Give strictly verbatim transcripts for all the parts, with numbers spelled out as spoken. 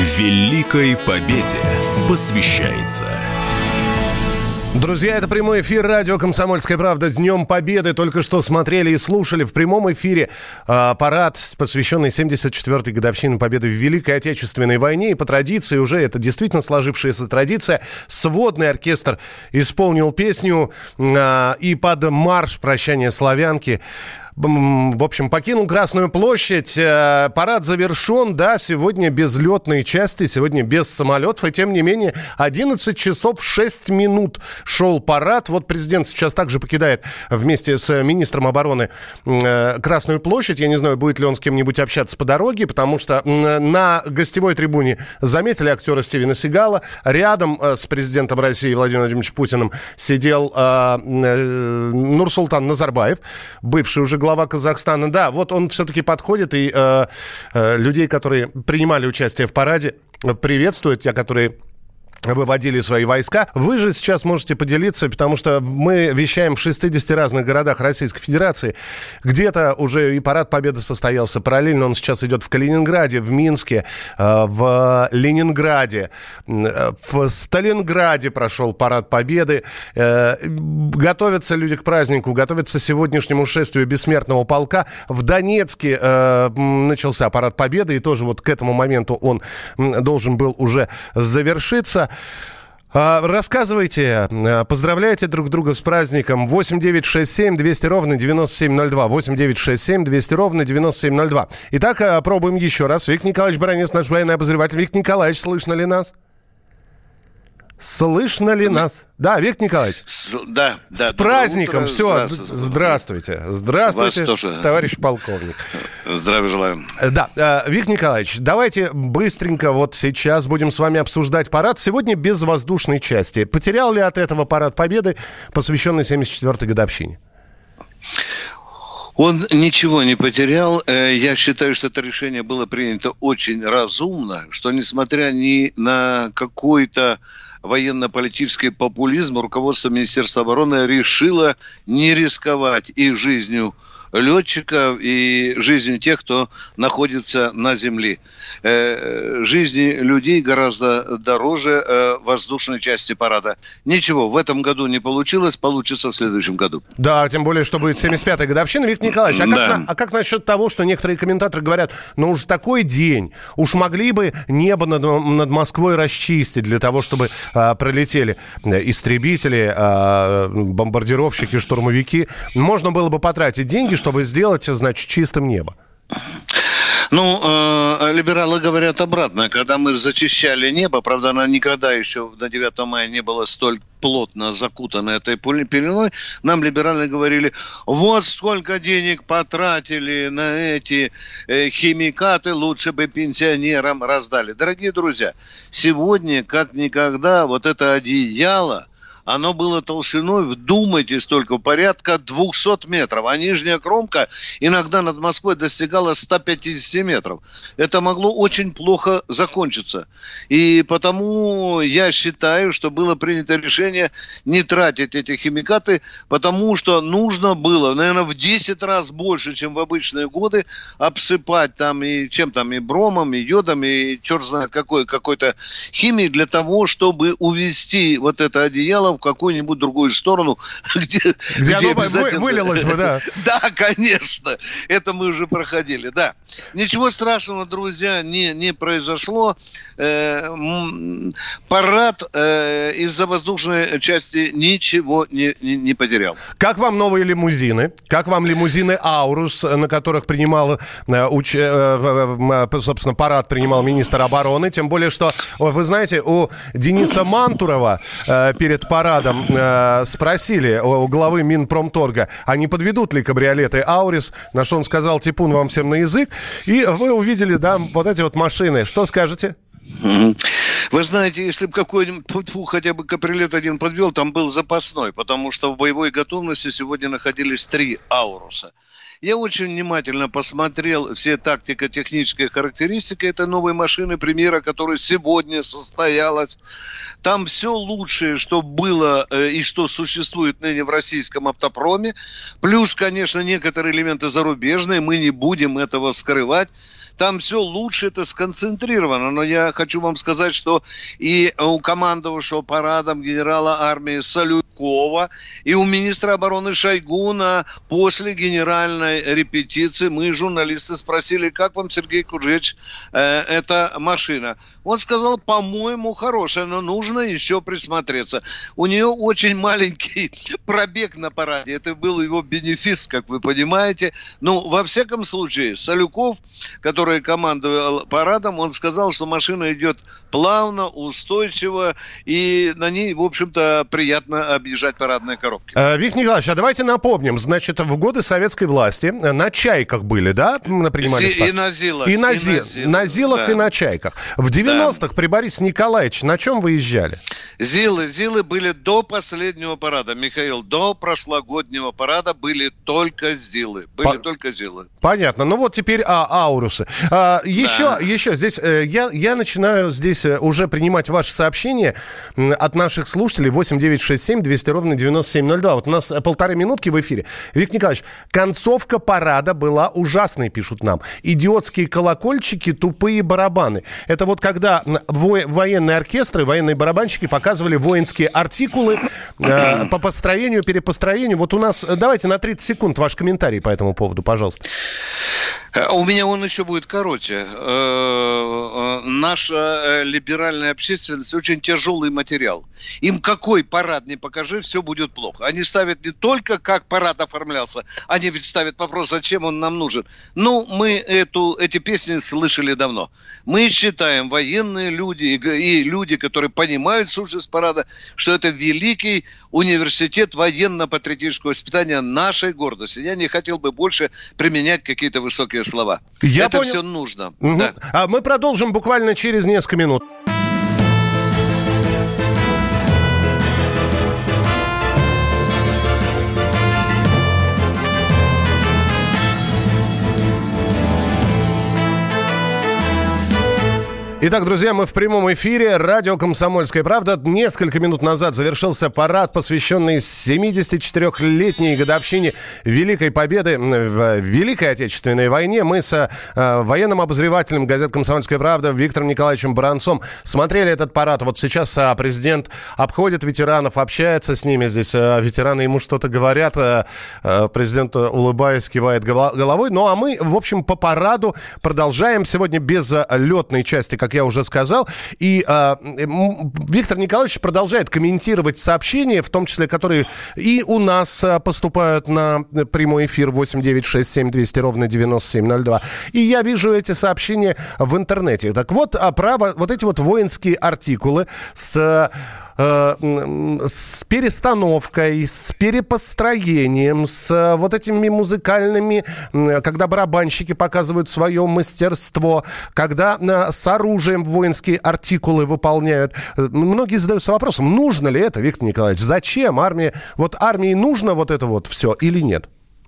Великой Победе посвящается. Друзья, это прямой эфир радио «Комсомольская правда». С Днем Победы только что смотрели и слушали в прямом эфире э, парад, посвященный семьдесят четвёртой годовщине Победы в Великой Отечественной войне. И по традиции, уже это действительно сложившаяся традиция, сводный оркестр исполнил песню э, и под марш «Прощание славянки». В общем, покинул Красную площадь. Парад завершен, да, сегодня без летной части, сегодня без самолетов. И тем не менее, одиннадцать часов шесть минут шел парад. Вот президент сейчас также покидает вместе с министром обороны Красную площадь. Я не знаю, будет ли он с кем-нибудь общаться по дороге, потому что на гостевой трибуне заметили актера Стивена Сигала. Рядом с президентом России Владимиром Владимировичем Путиным сидел Нурсултан Назарбаев, бывший уже глава Казахстана. Да, вот он все-таки подходит и э, э, людей, которые принимали участие в параде, приветствует, те, которые выводили свои войска. Вы же сейчас можете поделиться, потому что мы вещаем в шестидесяти разных городах Российской Федерации. Где-то уже и парад Победы состоялся. Параллельно он сейчас идет в Калининграде, в Минске, в Ленинграде, в Сталинграде прошел парад Победы. Готовятся люди к празднику, готовятся к сегодняшнему шествию Бессмертного полка. В Донецке начался парад Победы, и тоже вот к этому моменту он должен был уже завершиться. Рассказывайте, поздравляйте друг друга с праздником. восемь девятьсот шестьдесят семь двести ровно девяносто семь ноль два. восемь девятьсот шестьдесят семь двести ровно девяносто семь ноль два. Итак, пробуем еще раз. Виктор Николаевич Баранец, наш военный обозреватель. Виктор Николаевич, слышно ли нас? Слышно ли нас? Да, Виктор Николаевич. С, да, да. С праздником. Все, здравствуйте. Здравствуйте, товарищ полковник. Здравия желаю. Да, Виктор Николаевич, давайте быстренько вот сейчас будем с вами обсуждать парад. Сегодня без воздушной части. Потерял ли от этого парад Победы, посвященный семьдесят четвёртой годовщине? Он ничего не потерял. Я считаю, что это решение было принято очень разумно, что несмотря ни на какой-то военно-политический популизм, руководство Министерства обороны решило не рисковать и жизнью летчиков, и жизнью тех, кто находится на земле. Жизни людей гораздо дороже воздушной части парада. Ничего, в этом году не получилось, получится в следующем году. Да, тем более, что будет семьдесят пятая годовщина. Виктор Николаевич, а, да. как, на, а как насчет того, что некоторые комментаторы говорят, ну уж такой день, уж могли бы небо над, над Москвой расчистить для того, чтобы а, пролетели истребители, а, бомбардировщики, штурмовики. Можно было бы потратить деньги, чтобы сделать, значит, чистым небо. Ну, э, либералы говорят обратно. Когда мы зачищали небо, правда, оно никогда еще на девятое мая не было столь плотно закутано этой пеленой, нам либералы говорили, вот сколько денег потратили на эти э, химикаты, лучше бы пенсионерам раздали. Дорогие друзья, сегодня, как никогда, вот это одеяло, оно было толщиной, вдумайтесь только, порядка двухсот метров. А нижняя кромка иногда над Москвой достигала ста пятидесяти метров. Это могло очень плохо закончиться. И потому я считаю, что было принято решение не тратить эти химикаты, потому что нужно было, наверное, в десять раз больше, чем в обычные годы, обсыпать там и чем там, и бромом, и йодом, и черт знает какой, какой-то химией для того, чтобы увести вот это одеяло в какую-нибудь другую сторону, где, где, где оно обязательно... вылилось бы, да. Да, конечно. Это мы уже проходили, да. Ничего страшного, друзья, не, не произошло. Э, парад э, из-за воздушной части ничего не, не, не потерял. Как вам новые лимузины? Как вам лимузины «Аурус», на которых принимал, э, уч... э, собственно, парад принимал министр обороны? Тем более, что, вы знаете, у Дениса Мантурова э, перед парадом парадом э, спросили у главы Минпромторга, а не подведут ли кабриолеты «Аурис», на что он сказал: «Типун вам всем на язык». И мы увидели, да, вот эти вот машины. Что скажете? Вы знаете, если бы какой-нибудь хотя бы кабриолет один подвел, там был запасной, потому что в боевой готовности сегодня находились три «Ауруса». Я очень внимательно посмотрел все тактико-технические характеристики этой новой машины, премьера которой сегодня состоялась. Там все лучшее, что было э, и что существует ныне в российском автопроме. Плюс, конечно, некоторые элементы зарубежные, мы не будем этого скрывать. там все лучше это сконцентрировано. Но я хочу вам сказать, что и у командовавшего парадом генерала армии Салюкова, и у министра обороны Шойгуна после генеральной репетиции мы, журналисты, спросили, как вам, Сергей Кужевич, э, эта машина. Он сказал, по-моему, хорошая, но нужно еще присмотреться. У нее очень маленький пробег на параде. Это был его бенефис, как вы понимаете. Ну, во всяком случае, Салюков, который командовал парадом, он сказал, что машина идет плавно, устойчиво, и на ней, в общем-то, приятно объезжать парадные коробки. Виктор Николаевич, а давайте напомним, значит, в годы советской власти на «Чайках» были, да, принимали спа... И на «Зилах». И на, и зи... на, Зилах. на «Зилах», да. И на «Чайках». В девяностых да. при Борисе Николаевиче на чем выезжали? «Зилы». «Зилы» были до последнего парада, Михаил, до прошлогоднего парада были только «Зилы». Были По... только «Зилы». Понятно. Ну вот теперь а, «Аурусы». А, еще, да. еще здесь, э, я, я начинаю здесь уже принимать ваши сообщения от наших слушателей. восемь девятьсот шестьдесят семь двести ровно девяносто семь ноль два. Вот у нас полторы минутки в эфире. Виктор Николаевич, концовка парада была ужасной, пишут нам. Идиотские колокольчики, тупые барабаны. Это вот когда во- военные оркестры, военные барабанщики показывали воинские артикулы э, по построению, перепостроению. Вот у нас, давайте на тридцать секунд ваш комментарий по этому поводу, пожалуйста. У меня он еще будет короче. Наша либеральная общественность очень тяжелый материал. Им какой парад не покажи, все будет плохо. Они ставят не только, как парад оформлялся, они ведь ставят вопрос, зачем он нам нужен. Ну, мы эту, эти песни слышали давно. Мы считаем, военные люди и люди, которые понимают сущность парада, что это великий университет военно-патриотического воспитания нашей гордости. Я не хотел бы больше применять какие-то высокие слова. Я это понял. Все нужно. Угу. Да. А мы продолжим буквально через несколько минут. Итак, друзья, мы в прямом эфире. Радио «Комсомольская правда». Несколько минут назад завершился парад, посвященный семидесятичетырёхлетней годовщине Великой Победы в Великой Отечественной войне. Мы с э, военным обозревателем газеты «Комсомольская правда» Виктором Николаевичем Баранцом смотрели этот парад. Вот сейчас э, президент обходит ветеранов, общается с ними. Здесь э, ветераны ему что-то говорят. Э, э, президент, улыбаясь, кивает головой. Ну, а мы, в общем, по параду продолжаем. Сегодня без э, летной части, как я уже сказал. И э, Виктор Николаевич продолжает комментировать сообщения, в том числе, которые и у нас э, поступают на прямой эфир восемь девятьсот шестьдесят семь двести ровно девяносто семь ноль два. И я вижу эти сообщения в интернете. Так вот, а право, вот эти вот воинские артикулы с... с перестановкой, с перепостроением, с вот этими музыкальными, когда барабанщики показывают свое мастерство, когда с оружием воинские артикулы выполняют. Многие задаются вопросом, нужно ли это, Виктор Николаевич? Зачем армии? Вот армии нужно вот это вот все или нет?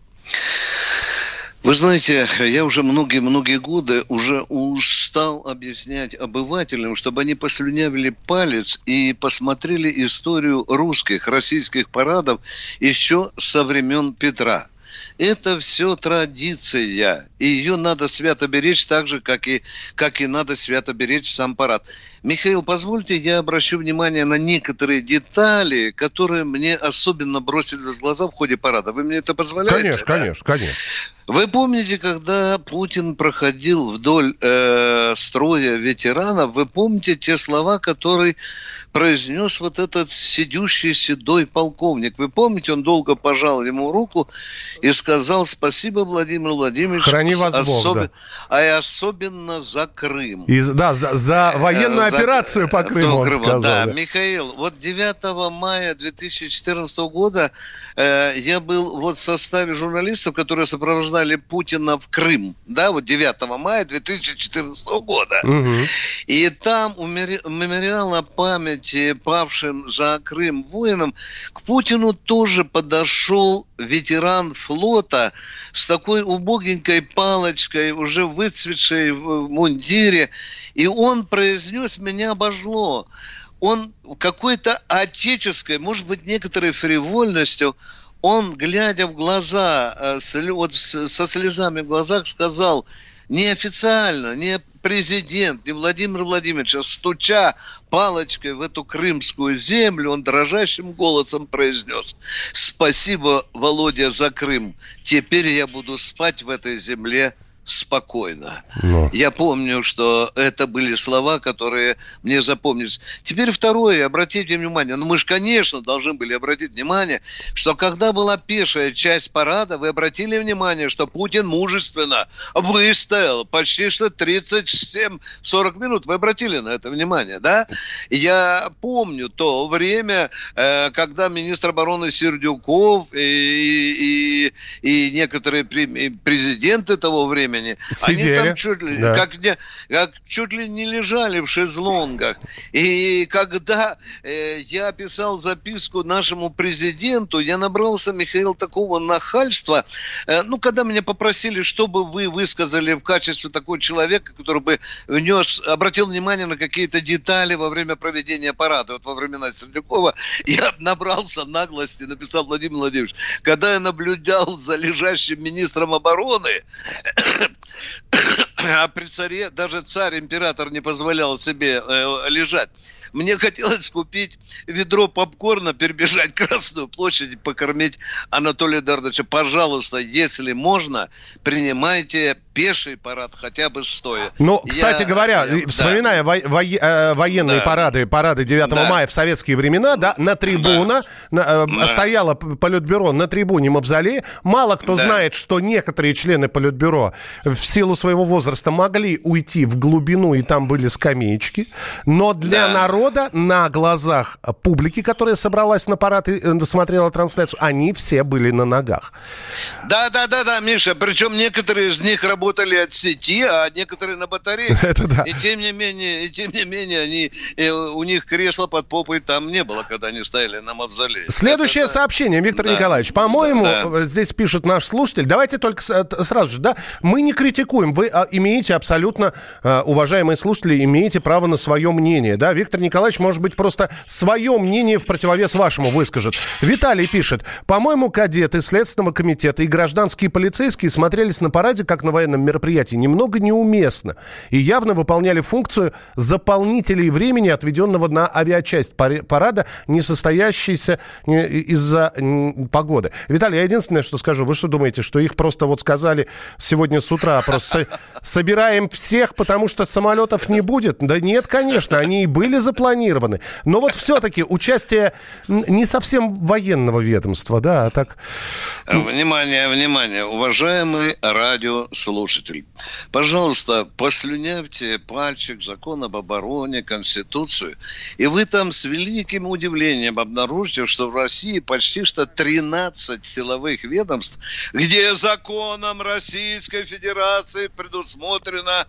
Вы знаете, я уже многие-многие годы уже устал объяснять обывателям, чтобы они послюнявили палец и посмотрели историю русских, российских парадов еще со времен Петра. Это все традиция, и ее надо свято беречь так же, как и, как и надо свято беречь сам парад. Михаил, позвольте, я обращу внимание на некоторые детали, которые мне особенно бросились в глаза в ходе парада. Вы мне это позволяете? Конечно, да? конечно, конечно. Вы помните, когда Путин проходил вдоль э, строя ветеранов, вы помните те слова, которые произнес вот этот сидящий седой полковник? Вы помните, он долго пожал ему руку и сказал: спасибо, Владимир Владимирович. Храни вас особ... Бог, да. А и особенно за Крым. И, да, за, за военную за... операцию по Крыму, он сказал. Да, да, Михаил, вот девятого мая две тысячи четырнадцатого года э, я был вот в составе журналистов, которые сопровождали Путина в Крым. Да, вот девятого мая две тысячи четырнадцатого года. Угу. И там у мемориала памяти павшим за Крым воинам к Путину тоже подошел ветеран флота с такой убогенькой палочкой, уже выцветшей в мундире, и он произнес: меня обожгло. Он какой-то отеческой, может быть, некоторой фривольностью, он, глядя в глаза, вот со слезами в глазах, сказал: неофициально, не президент, не Владимир Владимирович, а стуча палочкой в эту крымскую землю, он дрожащим голосом произнес: «Спасибо, Володя, за Крым. Теперь я буду спать в этой земле спокойно». Но. Я помню, что это были слова, которые мне запомнились. Теперь второе, обратите внимание, ну мы же, конечно, должны были обратить внимание, что когда была пешая часть парада, вы обратили внимание, что Путин мужественно выстоял почти что тридцать семь сорок минут. Вы обратили на это внимание, да? Я помню то время, когда министр обороны Сердюков и, и, и некоторые президенты того времени сидели. Они там чуть ли, да. как, не, как чуть ли не лежали в шезлонгах. И когда э, я писал записку нашему президенту, я набрался, Михаил, такого нахальства. Э, ну, когда меня попросили, чтобы вы высказали в качестве такого человека, который бы внес, обратил внимание на какие-то детали во время проведения парада, вот во времена Сердюкова, я набрался наглости, написал: Владимир Владимирович, когда я наблюдал за лежащим министром обороны, а при царе даже царь-император не позволял себе э, лежать. Мне хотелось купить ведро попкорна, перебежать Красную площадь и покормить Анатолия Эдуардовича. Пожалуйста, если можно, принимайте пеший парад хотя бы стоя. Ну, кстати я, говоря, я, вспоминая да. во, во, военные да. парады, парады девятого да. мая в советские времена, да, на трибуна да. на, да. стояло Политбюро на трибуне Мавзолея. Мало кто да. знает, что некоторые члены Политбюро в силу своего возраста могли уйти в глубину, и там были скамеечки. Но для да. народа на глазах публики, которая собралась на парад и смотрела трансляцию, они все были на ногах. Да-да-да, Миша, причем некоторые из них работали работали от сети, а некоторые на батарее. Это да. И тем не менее, и тем не менее, они, у них кресла под попой там не было, когда они стояли на Мавзолее. Следующее это, сообщение, Виктор да. Николаевич. По-моему, да. здесь пишет наш слушатель. Давайте только сразу же, да, мы не критикуем. Вы имеете абсолютно, уважаемые слушатели, имеете право на свое мнение. Да? Виктор Николаевич, может быть, просто свое мнение в противовес вашему выскажет. Виталий пишет. По-моему, кадеты Следственного комитета и гражданские полицейские смотрелись на параде, как на военном мероприятии, немного неуместно и явно выполняли функцию заполнителей времени, отведенного на авиачасть парада, не состоящейся из-за погоды. Виталий, я единственное, что скажу, вы что думаете, что их просто вот сказали сегодня с утра, просто собираем всех, потому что самолетов не будет? Да нет, конечно, они и были запланированы. Но вот все-таки участие не совсем военного ведомства, да, а так... Внимание, внимание, уважаемый радиослушатель. Пожалуйста, послюнявьте пальчик закон об обороне, Конституцию, и вы там с великим удивлением обнаружите, что в России почти что тринадцать силовых ведомств, где законом Российской Федерации предусмотрена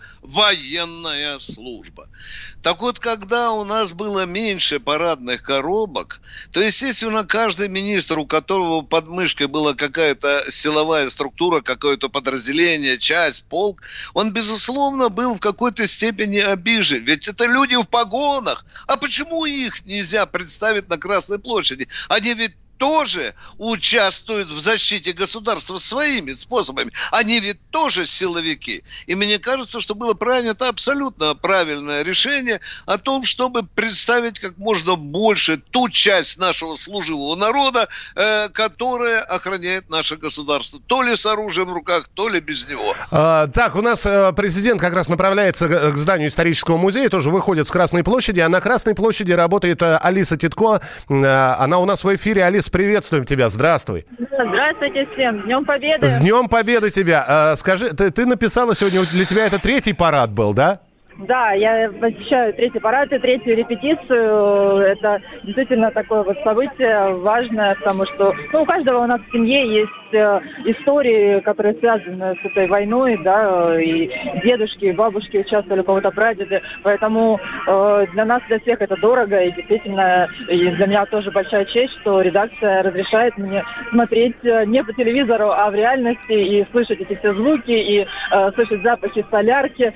военная служба. Так вот, когда у нас было меньше парадных коробок, то, естественно, каждый министр, у которого под мышкой была какая-то силовая структура, какое-то подразделение, часть, полк, он, безусловно, был в какой-то степени обижен. Ведь это люди в погонах. А почему их нельзя представить на Красной площади? Они ведь тоже участвуют в защите государства своими способами. Они ведь тоже силовики. И мне кажется, что было принято абсолютно правильное решение о том, чтобы представить как можно больше ту часть нашего служивого народа, э, которая охраняет наше государство. То ли с оружием в руках, то ли без него. А, так, у нас э, президент как раз направляется к зданию исторического музея, тоже выходит с Красной площади, а на Красной площади работает э, Алиса Титко. Э, она у нас в эфире. Алиса, приветствуем тебя, здравствуй. Здравствуйте всем, с Днем Победы. С Днем Победы тебя. А, скажи, ты, ты написала сегодня, для тебя это третий парад был, да? Да, я посещаю третий парад и третью репетицию. Это действительно такое вот событие важное, потому что ну, у каждого у нас в семье есть э, истории, которые связаны с этой войной, да, и дедушки, и бабушки участвовали, у кого-то прадеды. Поэтому э, для нас, для всех это дорого, и действительно и для меня тоже большая честь, что редакция разрешает мне смотреть не по телевизору, а в реальности, и слышать эти все звуки, и э, слышать запахи солярки.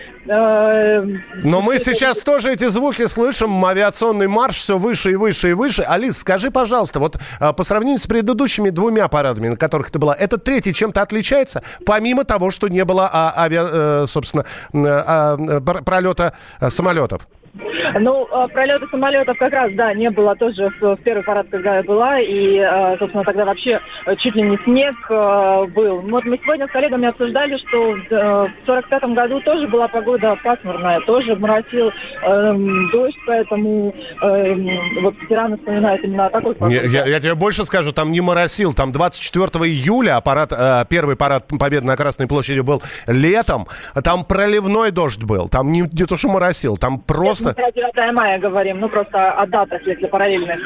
Э, Но мы сейчас тоже эти звуки слышим, авиационный марш все выше и выше и выше. Алис, скажи, пожалуйста, вот по сравнению с предыдущими двумя парадами, на которых ты была, было. Этот третий чем-то отличается, помимо того, что не было а, авиа, э, собственно, а, пролета самолетов? Ну, пролеты самолетов как раз, да, не было тоже в первый парад, когда я была, и, собственно, тогда вообще чуть ли не снег был. Вот мы сегодня с коллегами обсуждали, что в сорок пятом году тоже была погода пасмурная, тоже моросил э, дождь, поэтому э, вот ветераны вспоминают именно такой погоду. Я, я тебе больше скажу, там не моросил, там двадцать четвёртого июля, а парад, э, первый парад Победы на Красной площади был летом, там проливной дождь был, там не, не то, что моросил, там просто... Мы про девятое мая говорим, ну просто о датах, если параллельных.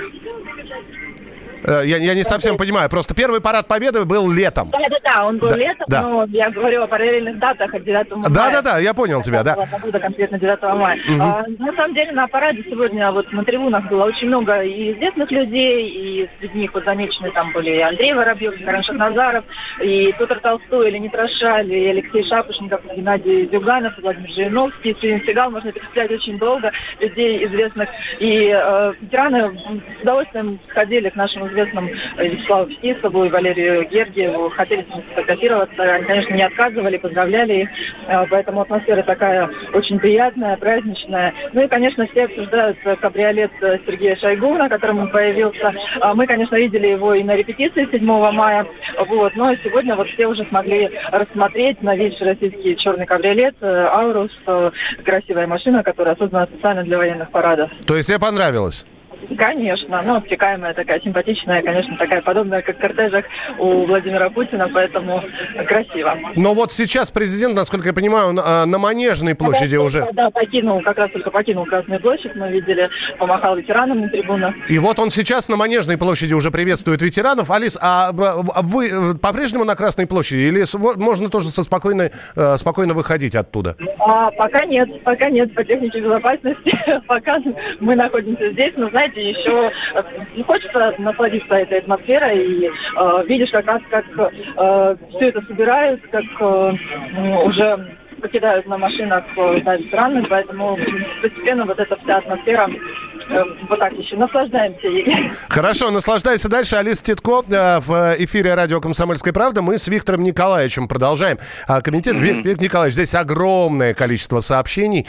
Я, я не совсем понимаю. Просто первый парад Победы был летом. Да-да-да, он был да, летом, да. но я говорю о параллельных датах от девятого мая. Да-да-да, я понял тебя, да. Погода конкретно девятого мая. Угу. А, на самом деле на параде сегодня вот на трибунах было очень много и известных людей, и среди них вот замечены там были и Андрей Воробьев, и Карен Шахназаров, и Петр Толстой, и Леонид Рошаль, и Алексей Шапошников, и Геннадий Зюганов, и Владимир Жириновский, и Стивен Сигал. Можно перечислять очень долго людей известных. И э, ветераны с удовольствием сходили к нашим известным Вячеславу Фетисову и Валерию Гергиеву, хотели с ними сфотографироваться. Они, конечно, не отказывали, поздравляли их. Поэтому атмосфера такая очень приятная, праздничная. Ну и, конечно, все обсуждают кабриолет Сергея Шойгу, на котором он появился. Мы, конечно, видели его и на репетиции седьмого мая. Вот. Но сегодня вот все уже смогли рассмотреть новейший российский черный кабриолет «Аурус». Красивая машина, которая создана специально для военных парадов. То есть тебе понравилось? Конечно, ну, обтекаемая такая, симпатичная, конечно, такая подобная, как в кортежах у Владимира Путина, поэтому красиво. Но вот сейчас президент, насколько я понимаю, он а, на Манежной площади да, уже... Да, покинул, как раз только покинул Красную площадь, мы видели, помахал ветеранам на трибунах. И вот он сейчас на Манежной площади уже приветствует ветеранов. Алис, а вы по-прежнему на Красной площади или можно тоже со спокойно, спокойно выходить оттуда? А, пока нет, пока нет, по технике безопасности, пока мы находимся здесь, но, знаете, еще не хочется насладиться этой атмосферой и э, видишь как раз, как э, все это собирают, как э, уже покидают на машинах да, ветераны, поэтому постепенно вот эта вся атмосфера э, вот так еще наслаждаемся ей. Хорошо, наслаждайся дальше. Алиса Титко э, в эфире радио «Комсомольская правда». Мы с Виктором Николаевичем продолжаем. А, комитет, mm-hmm. Виктор Николаевич, здесь огромное количество сообщений,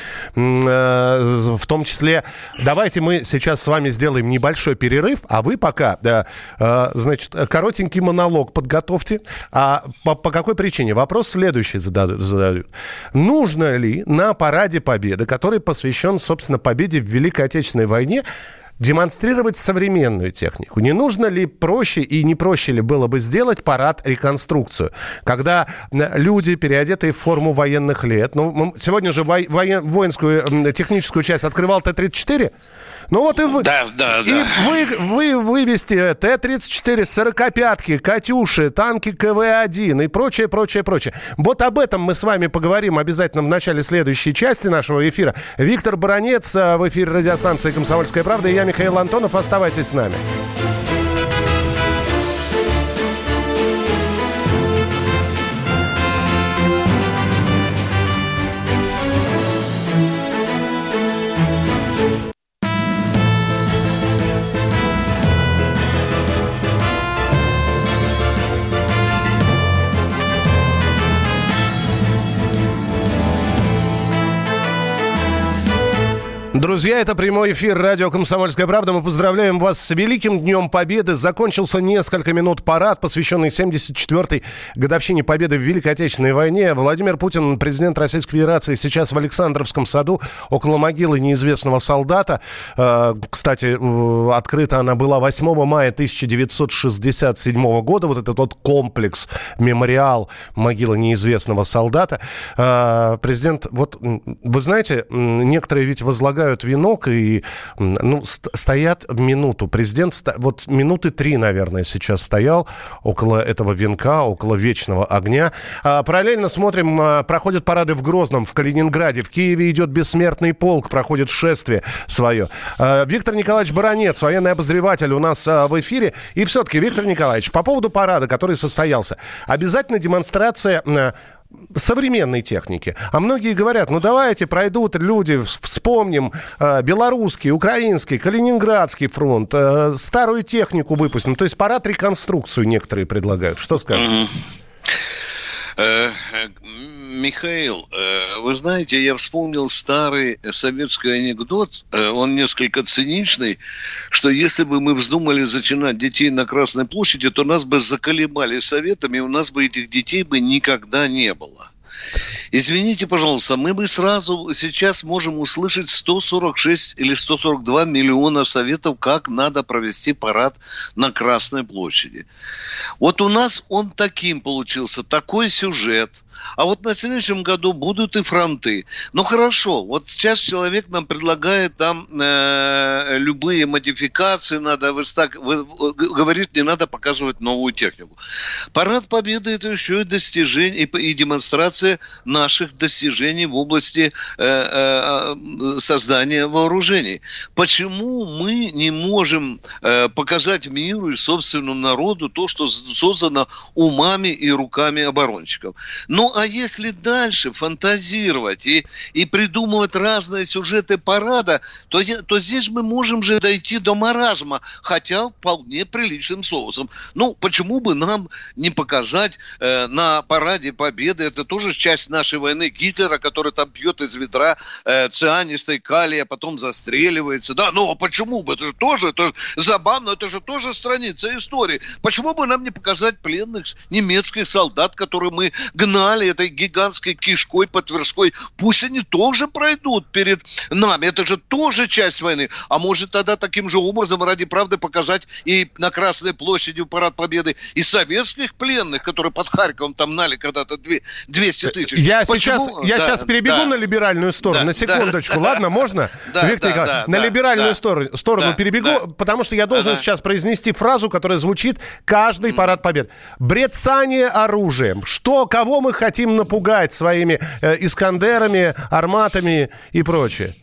э, в том числе. Давайте мы сейчас с вами сделаем небольшой перерыв, а вы пока, э, э, значит, коротенький монолог подготовьте. А по, по какой причине? Вопрос следующий задают. задают. Нужно ли на параде Победы, который посвящен, собственно, победе в Великой Отечественной войне, демонстрировать современную технику? Не нужно ли проще и не проще ли было бы сделать парад-реконструкцию, когда люди, переодетые в форму военных лет, ну, сегодня же во- воен- воинскую техническую часть открывал Т тридцать четыре, ну вот и вы, да, да, и да. вы, вы вывести Т тридцать четыре, сорокопятки, Катюши, танки К В один и прочее, прочее, прочее. Вот об этом мы с вами поговорим обязательно в начале следующей части нашего эфира. Виктор Баранец в эфире радиостанции «Комсомольская правда», и я, Михаил Антонов. Оставайтесь с нами. Друзья, это прямой эфир радио «Комсомольская правда». Мы поздравляем вас с Великим Днем Победы. Закончился несколько минут парад, посвященный семьдесят четвёртой годовщине Победы в Великой Отечественной войне. Владимир Путин, президент Российской Федерации, сейчас в Александровском саду, около могилы неизвестного солдата. Кстати, открыта она была восьмого мая тысяча девятьсот шестьдесят седьмого года. Вот этот вот комплекс, мемориал могилы неизвестного солдата. Президент, вот вы знаете, некоторые ведь возлагают венок и ну, стоят минуту. Президент вот минуты три, наверное, сейчас стоял около этого венка, около вечного огня. А, параллельно смотрим, а, проходят парады в Грозном, в Калининграде, в Киеве идет бессмертный полк, проходит шествие свое. А, Виктор Николаевич Баранец, военный обозреватель, у нас а, в эфире. И все-таки, Виктор Николаевич, по поводу парада, который состоялся, обязательно демонстрация... А, современной техники. А многие говорят, ну давайте пройдут люди, вспомним э, белорусский, украинский, Калининградский фронт, э, старую технику выпустим. То есть парад реконструкцию некоторые предлагают. Что скажете? Михаил, вы знаете, я вспомнил старый советский анекдот, он несколько циничный, что если бы мы вздумали зачинать детей на Красной площади, то нас бы заколебали советами, и у нас бы этих детей бы никогда не было. Извините, пожалуйста, мы бы сразу сейчас можем услышать сто сорок шесть или сто сорок два миллиона советов, как надо провести парад на Красной площади. Вот у нас он таким получился, такой сюжет. А вот на следующем году будут и фронты. Ну хорошо, вот сейчас человек нам предлагает там э, любые модификации, надо выстак... вы, говорит, не надо показывать новую технику. Парад Победы — это еще и достижение, и, и демонстрация наших достижений в области э, э, создания вооружений. Почему мы не можем э, показать миру и собственному народу то, что создано умами и руками оборонщиков? Ну, а если дальше фантазировать и, и придумывать разные сюжеты парада, то, я, то здесь мы можем же дойти до маразма, хотя вполне приличным соусом. Ну, почему бы нам не показать э, на параде Победы, это тоже часть нашей войны, Гитлера, который там пьет из ведра э, цианистой калия, а потом застреливается. Да, ну, а почему бы? Это же тоже, это же забавно, это же тоже страница истории. Почему бы нам не показать пленных немецких солдат, которые мы гнали этой гигантской кишкой по Тверской? Пусть они тоже пройдут перед нами. Это же тоже часть войны. А может тогда таким же образом ради правды показать и на Красной площади в Парад Победы и советских пленных, которые под Харьковом там гнали когда-то двести тысяч. Я, сейчас, я да, сейчас перебегу да. на либеральную сторону. Да, на секундочку. Да, Ладно, можно? Да, Виктор да, Николаевич, да, на да, либеральную да, сторону, сторону да, перебегу, да. потому что я должен ага. сейчас произнести фразу, которая звучит каждый mm. Парад Победы. Брецание оружием. Что, кого мы хотим напугать своими э, Искандерами, Арматами и прочее?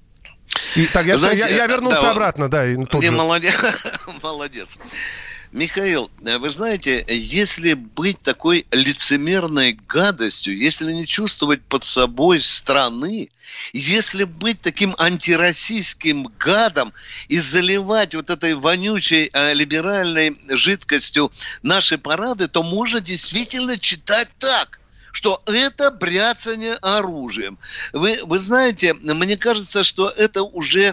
И, так, я, Знаете, я, я вернулся да, обратно. Да, тут не, молодец. Молодец. Михаил, вы знаете, если быть такой лицемерной гадостью, если не чувствовать под собой страны, если быть таким антироссийским гадом и заливать вот этой вонючей э, либеральной жидкостью наши парады, то можно действительно читать так, что это бряцание оружием. Вы, вы знаете, мне кажется, что это уже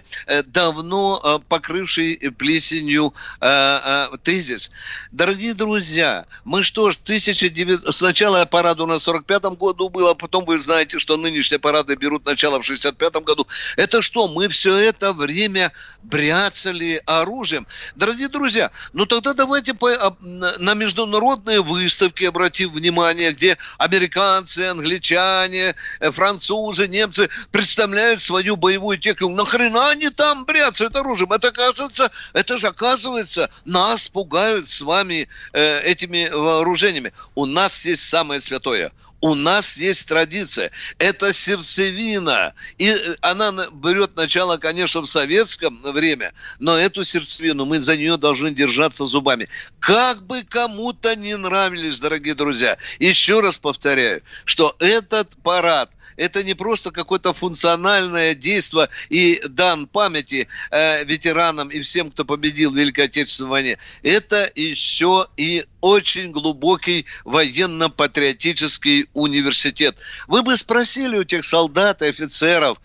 давно покрывший плесенью э, э, тезис. Дорогие друзья, мы что ж, тысяча девятьсот... сначала парад у нас в сорок пятом году был, а потом вы знаете, что нынешние парады берут начало в шестьдесят пятом году. Это что, мы все это время бряцали оружием? Дорогие друзья, ну тогда давайте по, на международные выставки обратим внимание, где американцы Американцы, англичане, французы, немцы представляют свою боевую технику. Нахрена они там бряцают оружием? Это, оказывается, это же, оказывается, нас пугают с вами э, этими вооружениями. У нас есть самое святое. У нас есть традиция. Это сердцевина. И она берет начало, конечно, в советском время, но эту сердцевину мы за нее должны держаться зубами. Как бы кому-то не нравились, дорогие друзья, еще раз повторяю, что этот парад, это не просто какое-то функциональное действие и дан памяти э, ветеранам и всем, кто победил в Великой Отечественной войне. Это еще и очень глубокий военно-патриотический университет. Вы бы спросили у тех солдат и офицеров,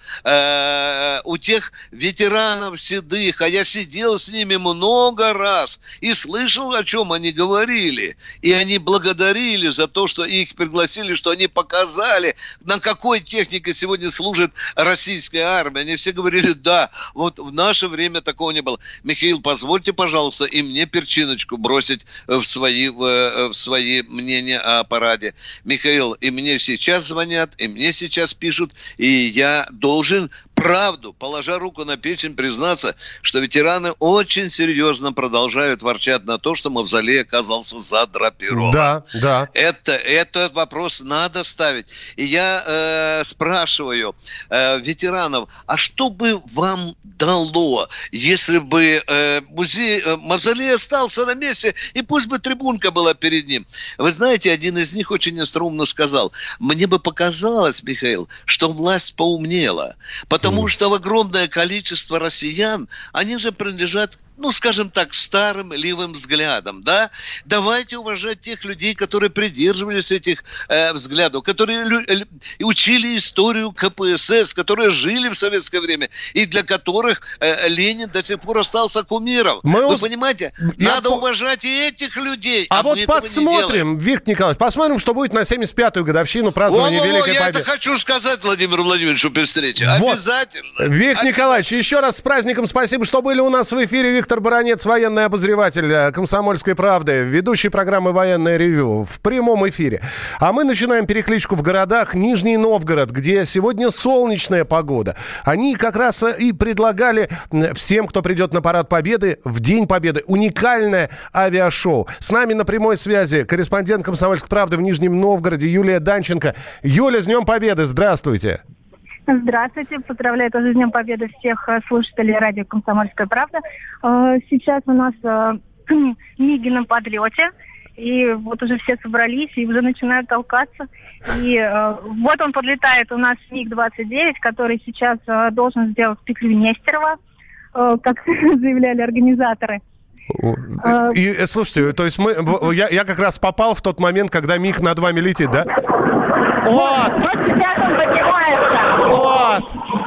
э, у тех ветеранов седых, а я сидел с ними много раз и слышал, о чем они говорили. И они благодарили за то, что их пригласили, что они показали, на какой технике сегодня служит российская армия. Они все говорили, да, вот в наше время такого не было. Михаил, позвольте, пожалуйста, и мне перчиночку бросить в свои, в, в свои мнения о параде. Михаил, и мне сейчас звонят, и мне сейчас пишут, и я должен вправду, положа руку на печень, признаться, что ветераны очень серьезно продолжают ворчать на то, что мавзолей оказался задрапирован. Да, да. Это, этот вопрос надо ставить. И я э, спрашиваю э, ветеранов, а что бы вам дало, если бы э, музей, э, мавзолей остался на месте, и пусть бы трибунка была перед ним? Вы знаете, один из них очень остроумно сказал, мне бы показалось, Михаил, что власть поумнела, потому mm. что огромное количество россиян, они же принадлежат, ну, скажем так, старым ливым взглядам, да? Давайте уважать тех людей, которые придерживались этих э, взглядов, которые лю- лю- учили историю ка пэ эс эс, которые жили в советское время, и для которых э, Ленин до сих пор остался кумиром. Мы Вы ус... понимаете? Я Надо по... уважать и этих людей. А, а вот посмотрим, Виктор Николаевич, посмотрим, что будет на семьдесят пятую годовщину празднования Великой Победы. Я это хочу сказать Владимиру Владимировичу при встрече. Вот. Обязательно. Виктор Николаевич, еще раз с праздником спасибо, что были у нас в эфире. Виктор Баранец, военный обозреватель «Комсомольской правды», ведущий программы «Военное ревю» в прямом эфире. А мы начинаем перекличку в городах. Нижний Новгород, где сегодня солнечная погода. Они как раз и предлагали всем, кто придет на Парад Победы, в День Победы, уникальное авиашоу. С нами на прямой связи корреспондент «Комсомольской правды» в Нижнем Новгороде Юлия Данченко. Юля, с Днем Победы! Здравствуйте! Здравствуйте, поздравляю тоже с Днем Победы всех слушателей радио «Комсомольская правда». Сейчас у нас миги на подлете, и вот уже все собрались и уже начинают толкаться. И вот он подлетает, у нас миг двадцать девять, который сейчас должен сделать петлю Нестерова, как заявляли организаторы. И, слушайте, то есть мы, я, я как раз попал в тот момент, когда миг над вами летит, да? Вот! Вот сейчас он поднимается. Вот!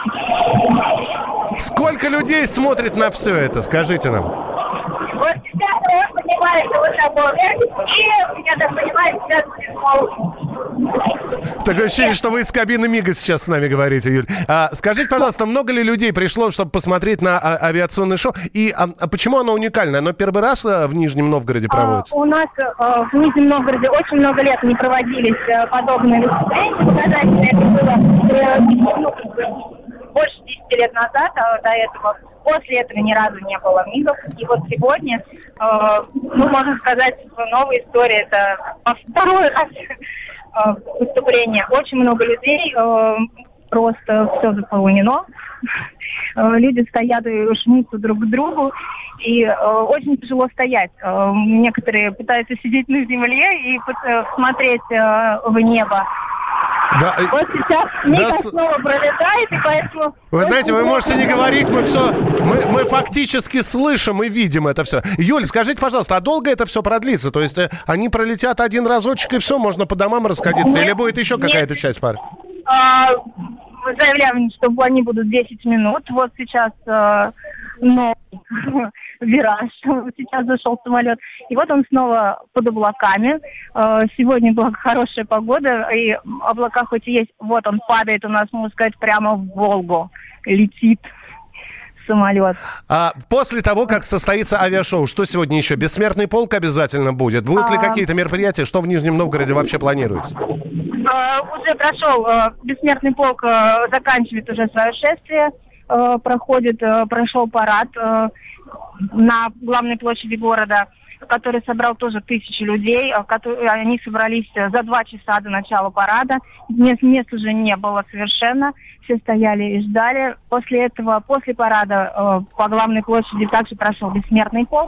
Сколько людей смотрит на все это, скажите нам? Вот сейчас он поднимается высоко вверх, и, я так понимаю, сейчас будет молча. Такое ощущение, что вы из кабины МИГа сейчас с нами говорите, Юль. А, скажите, пожалуйста, много ли людей пришло, чтобы посмотреть на а, авиационное шоу? И а, а почему оно уникальное? Оно первый раз а, в Нижнем Новгороде проводится? А, у нас а, в Нижнем Новгороде очень много лет не проводились а, подобные выступления. Показательно это было ну, больше десяти лет назад, а до этого. После этого ни разу не было мигов. И вот сегодня, э, ну, можно сказать, новая история. Это второй раз э, выступление. Очень много людей, э, просто все заполнено. Э, люди стоят и жмутся друг к другу. И э, очень тяжело стоять. Э, некоторые пытаются сидеть на земле и э, смотреть э, в небо. Да. Вот сейчас миг да, снова пролетает, и поэтому... Вы знаете, вы можете не говорить, мы все, мы, мы фактически слышим и видим это все. Юль, скажите, пожалуйста, а долго это все продлится? То есть они пролетят один разочек и все, можно по домам расходиться? Нет, или будет еще какая-то часть пары? А, мы заявляем, что они будут десять минут. Вот сейчас а, новый вираж. Сейчас зашел самолет. И вот он снова под облаками. А, сегодня была хорошая погода. И облака хоть и есть. Вот он падает у нас, можно сказать, прямо в Волгу. Летит самолет. А после того, как состоится авиашоу, что сегодня еще? Бессмертный полк обязательно будет? Будут а... ли какие-то мероприятия? Что в Нижнем Новгороде вообще планируется? Uh, уже прошел, uh, Бессмертный полк uh, заканчивает уже свое шествие, uh, проходит, uh, прошел парад uh, на главной площади города, который собрал тоже тысячи людей, uh, которые, они собрались uh, за два часа до начала парада, мест, мест уже не было совершенно, все стояли и ждали. После этого, после парада uh, по главной площади также прошел Бессмертный полк.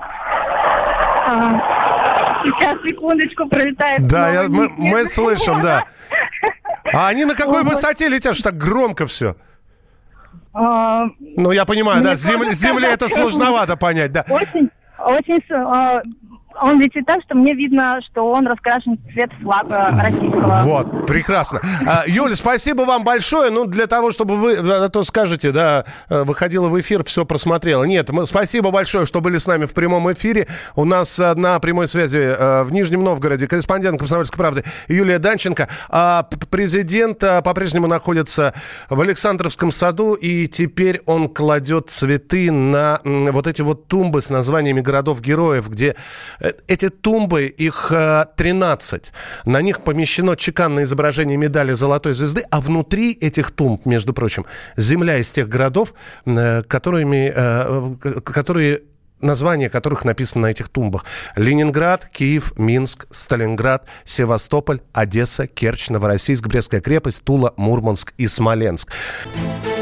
Uh, сейчас, секундочку, пролетает. Да, я, мы, мы слышим, да. А они на какой высоте летят, что так громко все? А, ну, я понимаю, да, с земли, с земли это сложновато понять, да. Очень, очень... А, он летит так, что мне видно, что он раскрашен в цвет флага российского. Вот, прекрасно. А, Юля, спасибо вам большое. Ну, для того, чтобы вы, а то скажете, да, выходила в эфир, все просмотрела. Нет, мы, спасибо большое, что были с нами в прямом эфире. У нас на прямой связи в Нижнем Новгороде корреспондент «Комсомольской правды» Юлия Данченко. А президент по-прежнему находится в Александровском саду, и теперь он кладет цветы на вот эти вот тумбы с названиями городов-героев, где Эти тумбы, их тринадцать. На них помещено чеканное изображение медали Золотой Звезды, а внутри этих тумб, между прочим, земля из тех городов, которыми, которые... названия которых написаны на этих тумбах. Ленинград, Киев, Минск, Сталинград, Севастополь, Одесса, Керчь, Новороссийск, Брестская крепость, Тула, Мурманск и Смоленск.